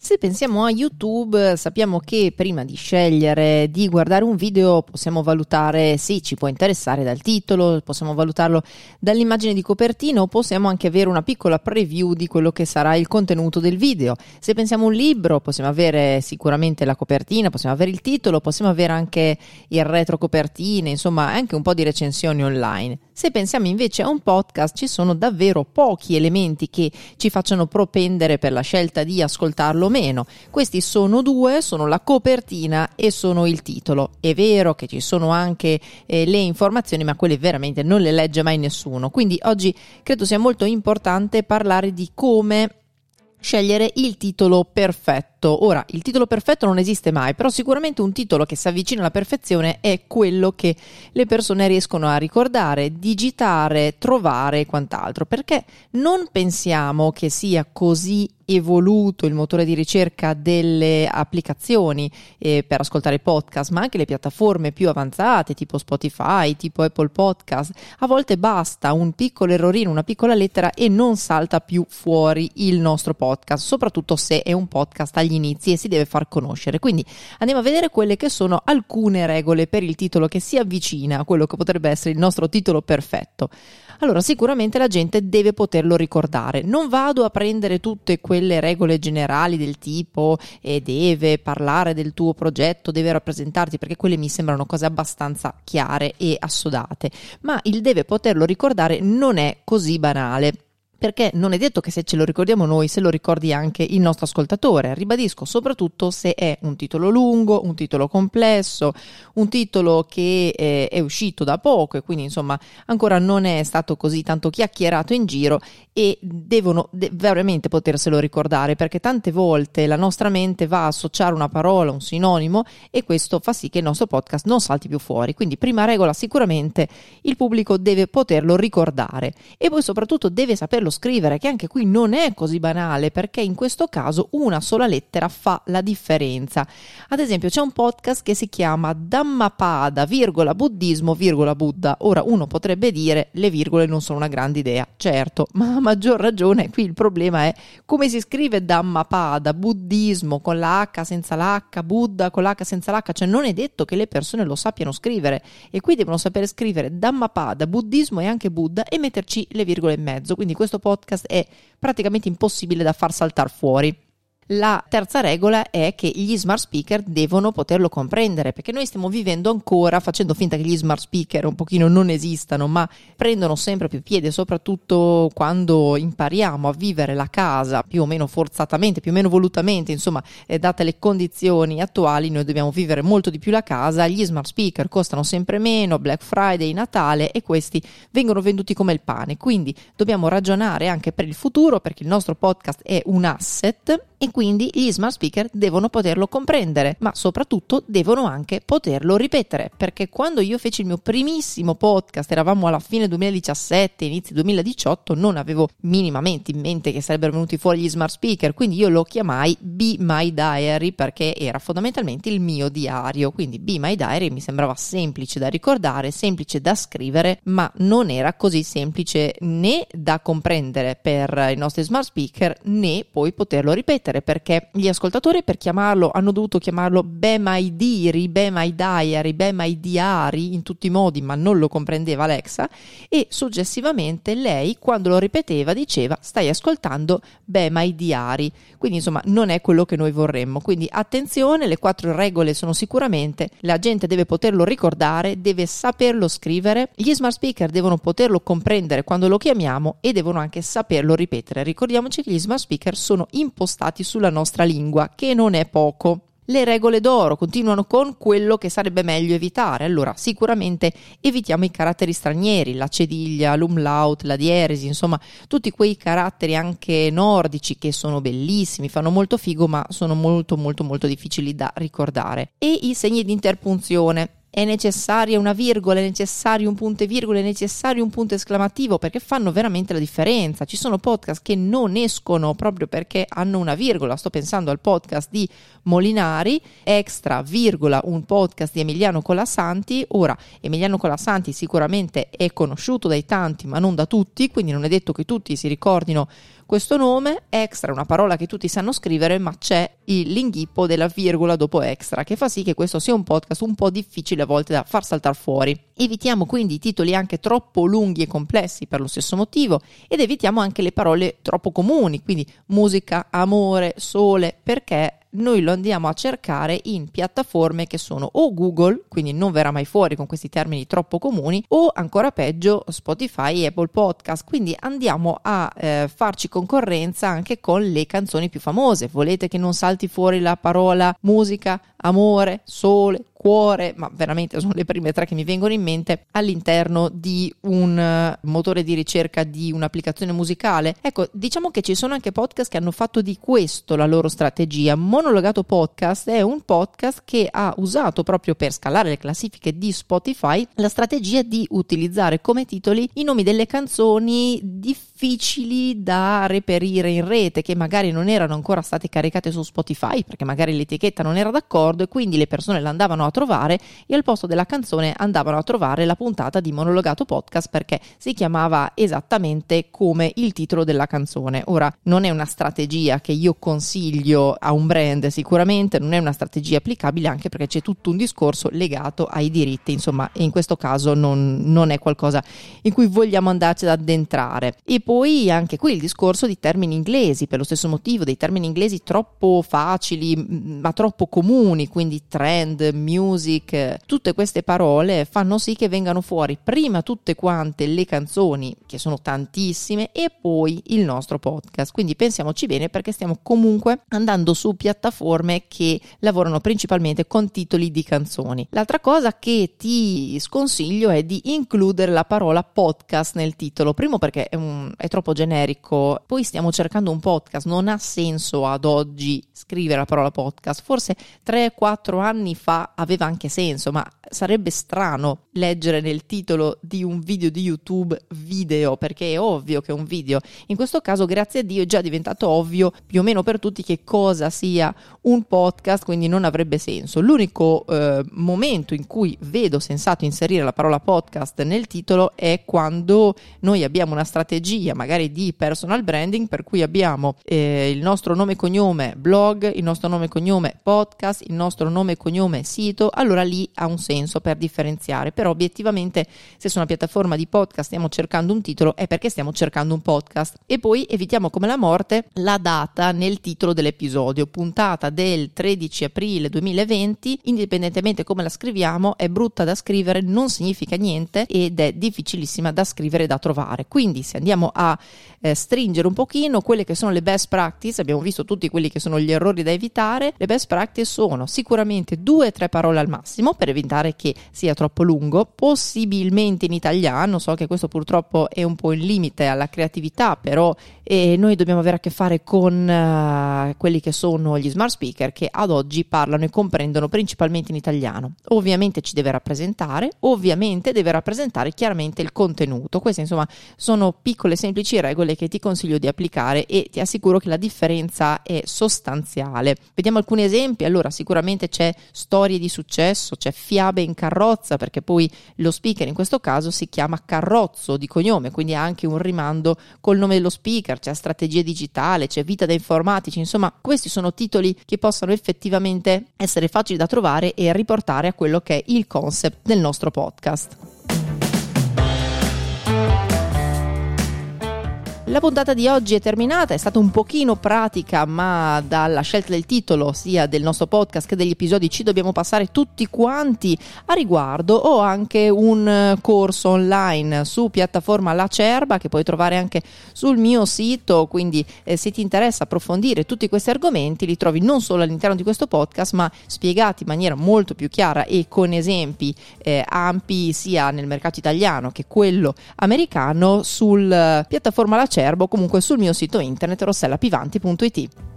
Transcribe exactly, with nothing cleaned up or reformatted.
Se pensiamo a YouTube, sappiamo che prima di scegliere di guardare un video possiamo valutare, sì, ci può interessare dal titolo, possiamo valutarlo dall'immagine di copertina o possiamo anche avere una piccola preview di quello che sarà il contenuto del video. Se pensiamo a un libro, possiamo avere sicuramente la copertina, possiamo avere il titolo, possiamo avere anche il retro copertine, insomma anche un po' di recensioni online. Se pensiamo invece a un podcast, ci sono davvero pochi elementi che ci facciano propendere per la scelta di ascoltarlo o meno. Questi sono due, sono la copertina e sono il titolo. È vero che ci sono anche eh, le informazioni, ma quelle veramente non le legge mai nessuno. Quindi oggi credo sia molto importante parlare di come scegliere il titolo perfetto. Ora, il titolo perfetto non esiste mai, però sicuramente un titolo che si avvicina alla perfezione è quello che le persone riescono a ricordare, digitare, trovare e quant'altro, perché non pensiamo che sia così evoluto il motore di ricerca delle applicazioni eh, per ascoltare podcast, ma anche le piattaforme più avanzate tipo Spotify, tipo Apple Podcast. A volte basta un piccolo errorino, una piccola lettera e non salta più fuori il nostro podcast, soprattutto se è un podcast agli inizi e si deve far conoscere. Quindi andiamo a vedere quelle che sono alcune regole per il titolo che si avvicina a quello che potrebbe essere il nostro titolo perfetto. Allora, sicuramente la gente deve poterlo ricordare. Non vado a prendere tutte quelle regole generali del tipo e deve parlare del tuo progetto, deve rappresentarti, perché quelle mi sembrano cose abbastanza chiare e assodate, ma il deve poterlo ricordare non è così banale. Perché non è detto che se ce lo ricordiamo noi, se lo ricordi anche il nostro ascoltatore. Ribadisco, soprattutto se è un titolo lungo, un titolo complesso, un titolo che eh, è uscito da poco e quindi insomma ancora non è stato così tanto chiacchierato in giro e devono de- veramente poterselo ricordare, perché tante volte la nostra mente va a associare una parola, un sinonimo, e questo fa sì che il nostro podcast non salti più fuori. Quindi prima regola, sicuramente il pubblico deve poterlo ricordare e poi soprattutto deve saperlo scrivere, che anche qui non è così banale, perché in questo caso una sola lettera fa la differenza. Ad esempio c'è un podcast che si chiama Dhammapada, virgola buddismo, virgola Buddha. Ora uno potrebbe dire le virgole non sono una grande idea, certo, ma a maggior ragione qui il problema è come si scrive Dhammapada, buddismo con la H senza la H, Buddha con l'H senza l'H, cioè non è detto che le persone lo sappiano scrivere e qui devono sapere scrivere Dhammapada, buddismo e anche Buddha e metterci le virgole in mezzo, quindi questo podcast è praticamente impossibile da far saltare fuori. La terza regola è che gli smart speaker devono poterlo comprendere, perché noi stiamo vivendo ancora facendo finta che gli smart speaker un pochino non esistano, ma prendono sempre più piede, soprattutto quando impariamo a vivere la casa più o meno forzatamente, più o meno volutamente, insomma, eh, date le condizioni attuali noi dobbiamo vivere molto di più la casa. Gli smart speaker costano sempre meno, Black Friday, Natale, e questi vengono venduti come il pane, quindi dobbiamo ragionare anche per il futuro, perché il nostro podcast è un asset e quindi gli smart speaker devono poterlo comprendere, ma soprattutto devono anche poterlo ripetere, perché quando io feci il mio primissimo podcast, eravamo alla fine duemiladiciassette, inizio duemiladiciotto, non avevo minimamente in mente che sarebbero venuti fuori gli smart speaker, quindi io lo chiamai Be My Diary perché era fondamentalmente il mio diario. Quindi Be My Diary mi sembrava semplice da ricordare, semplice da scrivere, ma non era così semplice né da comprendere per i nostri smart speaker né poi poterlo ripetere, perché gli ascoltatori per chiamarlo hanno dovuto chiamarlo Be My Diary, Be My Diary, Be My Diary in tutti i modi, ma non lo comprendeva Alexa, e successivamente lei quando lo ripeteva diceva stai ascoltando Be My Diary, quindi insomma non è quello che noi vorremmo. Quindi attenzione, le quattro regole sono sicuramente la gente deve poterlo ricordare, deve saperlo scrivere, gli smart speaker devono poterlo comprendere quando lo chiamiamo e devono anche saperlo ripetere. Ricordiamoci che gli smart speaker sono impostati sulla nostra lingua, che non è poco. Le regole d'oro continuano con quello che sarebbe meglio evitare. Allora, sicuramente evitiamo i caratteri stranieri, la cediglia, l'umlaut, la dieresi, insomma, tutti quei caratteri anche nordici che sono bellissimi, fanno molto figo, ma sono molto molto molto difficili da ricordare. E i segni di interpunzione. È necessaria una virgola, è necessario un punto e virgola, è necessario un punto esclamativo, perché fanno veramente la differenza. Ci sono podcast che non escono proprio perché hanno una virgola. Sto pensando al podcast di Molinari, extra virgola un podcast di Emiliano Colasanti. Ora, Emiliano Colasanti sicuramente è conosciuto dai tanti ma non da tutti, quindi non è detto che tutti si ricordino questo nome. Extra è una parola che tutti sanno scrivere, ma c'è l'inghippo della virgola dopo extra, che fa sì che questo sia un podcast un po' difficile a volte da far saltare fuori. Evitiamo quindi i titoli anche troppo lunghi e complessi per lo stesso motivo, ed evitiamo anche le parole troppo comuni, quindi musica, amore, sole, perché noi lo andiamo a cercare in piattaforme che sono o Google, quindi non verrà mai fuori con questi termini troppo comuni, o ancora peggio Spotify e Apple Podcast, quindi andiamo a eh, farci concorrenza anche con le canzoni più famose. Volete che non salti fuori la parola musica, amore, sole, cuore, ma veramente sono le prime tre che mi vengono in mente all'interno di un motore di ricerca di un'applicazione musicale? Ecco, diciamo che ci sono anche podcast che hanno fatto di questo la loro strategia. Monologato Podcast è un podcast che ha usato proprio per scalare le classifiche di Spotify la strategia di utilizzare come titoli i nomi delle canzoni difficili da reperire in rete, che magari non erano ancora state caricate su Spotify perché magari l'etichetta non era d'accordo e quindi le persone l'andavano a trovare e al posto della canzone andavano a trovare la puntata di Monologato Podcast perché si chiamava esattamente come il titolo della canzone. Ora, non è una strategia che io consiglio a un brand, sicuramente non è una strategia applicabile, anche perché c'è tutto un discorso legato ai diritti, insomma, e in questo caso non, non è qualcosa in cui vogliamo andarci ad addentrare. E poi anche qui il discorso di termini inglesi, per lo stesso motivo, dei termini inglesi troppo facili ma troppo comuni, quindi trend, music, tutte queste parole fanno sì che vengano fuori prima tutte quante le canzoni, che sono tantissime, e poi il nostro podcast. Quindi pensiamoci bene, perché stiamo comunque andando su piattaforme che lavorano principalmente con titoli di canzoni. L'altra cosa che ti sconsiglio è di includere la parola podcast nel titolo, primo perché è, un, è troppo generico, poi stiamo cercando un podcast, non ha senso ad oggi scrivere la parola podcast. Forse tre quattro anni fa aveva anche senso, ma sarebbe strano leggere nel titolo di un video di YouTube video, perché è ovvio che è un video. In questo caso, grazie a Dio, è già diventato ovvio più o meno per tutti che cosa sia un podcast, quindi non avrebbe senso. L'unico eh, momento in cui vedo sensato inserire la parola podcast nel titolo è quando noi abbiamo una strategia magari di personal branding, per cui abbiamo eh, il nostro nome e cognome blog, il nostro nome e cognome podcast, il nostro nome e cognome sito. Allora lì ha un senso per differenziare, però obiettivamente se su una piattaforma di podcast stiamo cercando un titolo è perché stiamo cercando un podcast. E poi evitiamo come la morte la data nel titolo dell'episodio, puntata del tredici aprile duemilaventi, indipendentemente come la scriviamo è brutta da scrivere, non significa niente ed è difficilissima da scrivere e da trovare. Quindi se andiamo a eh, stringere un pochino quelle che sono le best practice, abbiamo visto tutti quelli che sono gli errori da evitare. Le best practice sono sicuramente due o tre parole al massimo per evitare che sia troppo lungo, possibilmente in italiano. So che questo purtroppo è un po' il limite alla creatività, però eh, noi dobbiamo avere a che fare con uh, quelli che sono gli smart speaker, che ad oggi parlano e comprendono principalmente in italiano. Ovviamente ci deve rappresentare, ovviamente deve rappresentare chiaramente il contenuto. Queste insomma sono piccole semplici regole che ti consiglio di applicare e ti assicuro che la differenza è sostanziale. Vediamo alcuni esempi. Allora, sicuramente c'è storie di successo, c'è fiabe in carrozza, perché poi lo speaker in questo caso si chiama Carrozzo di cognome, quindi ha anche un rimando col nome dello speaker. C'è strategia digitale, c'è vita da informatici, insomma questi sono titoli che possono effettivamente essere facili da trovare e riportare a quello che è il concept del nostro podcast. La puntata di oggi è terminata, è stata un pochino pratica, ma dalla scelta del titolo sia del nostro podcast che degli episodi ci dobbiamo passare tutti quanti a riguardo. Ho anche un corso online su piattaforma Lacerba che puoi trovare anche sul mio sito, quindi eh, se ti interessa approfondire tutti questi argomenti li trovi non solo all'interno di questo podcast ma spiegati in maniera molto più chiara e con esempi eh, ampi sia nel mercato italiano che quello americano sul piattaforma Lacerba o comunque sul mio sito internet rossella pivanti punto it.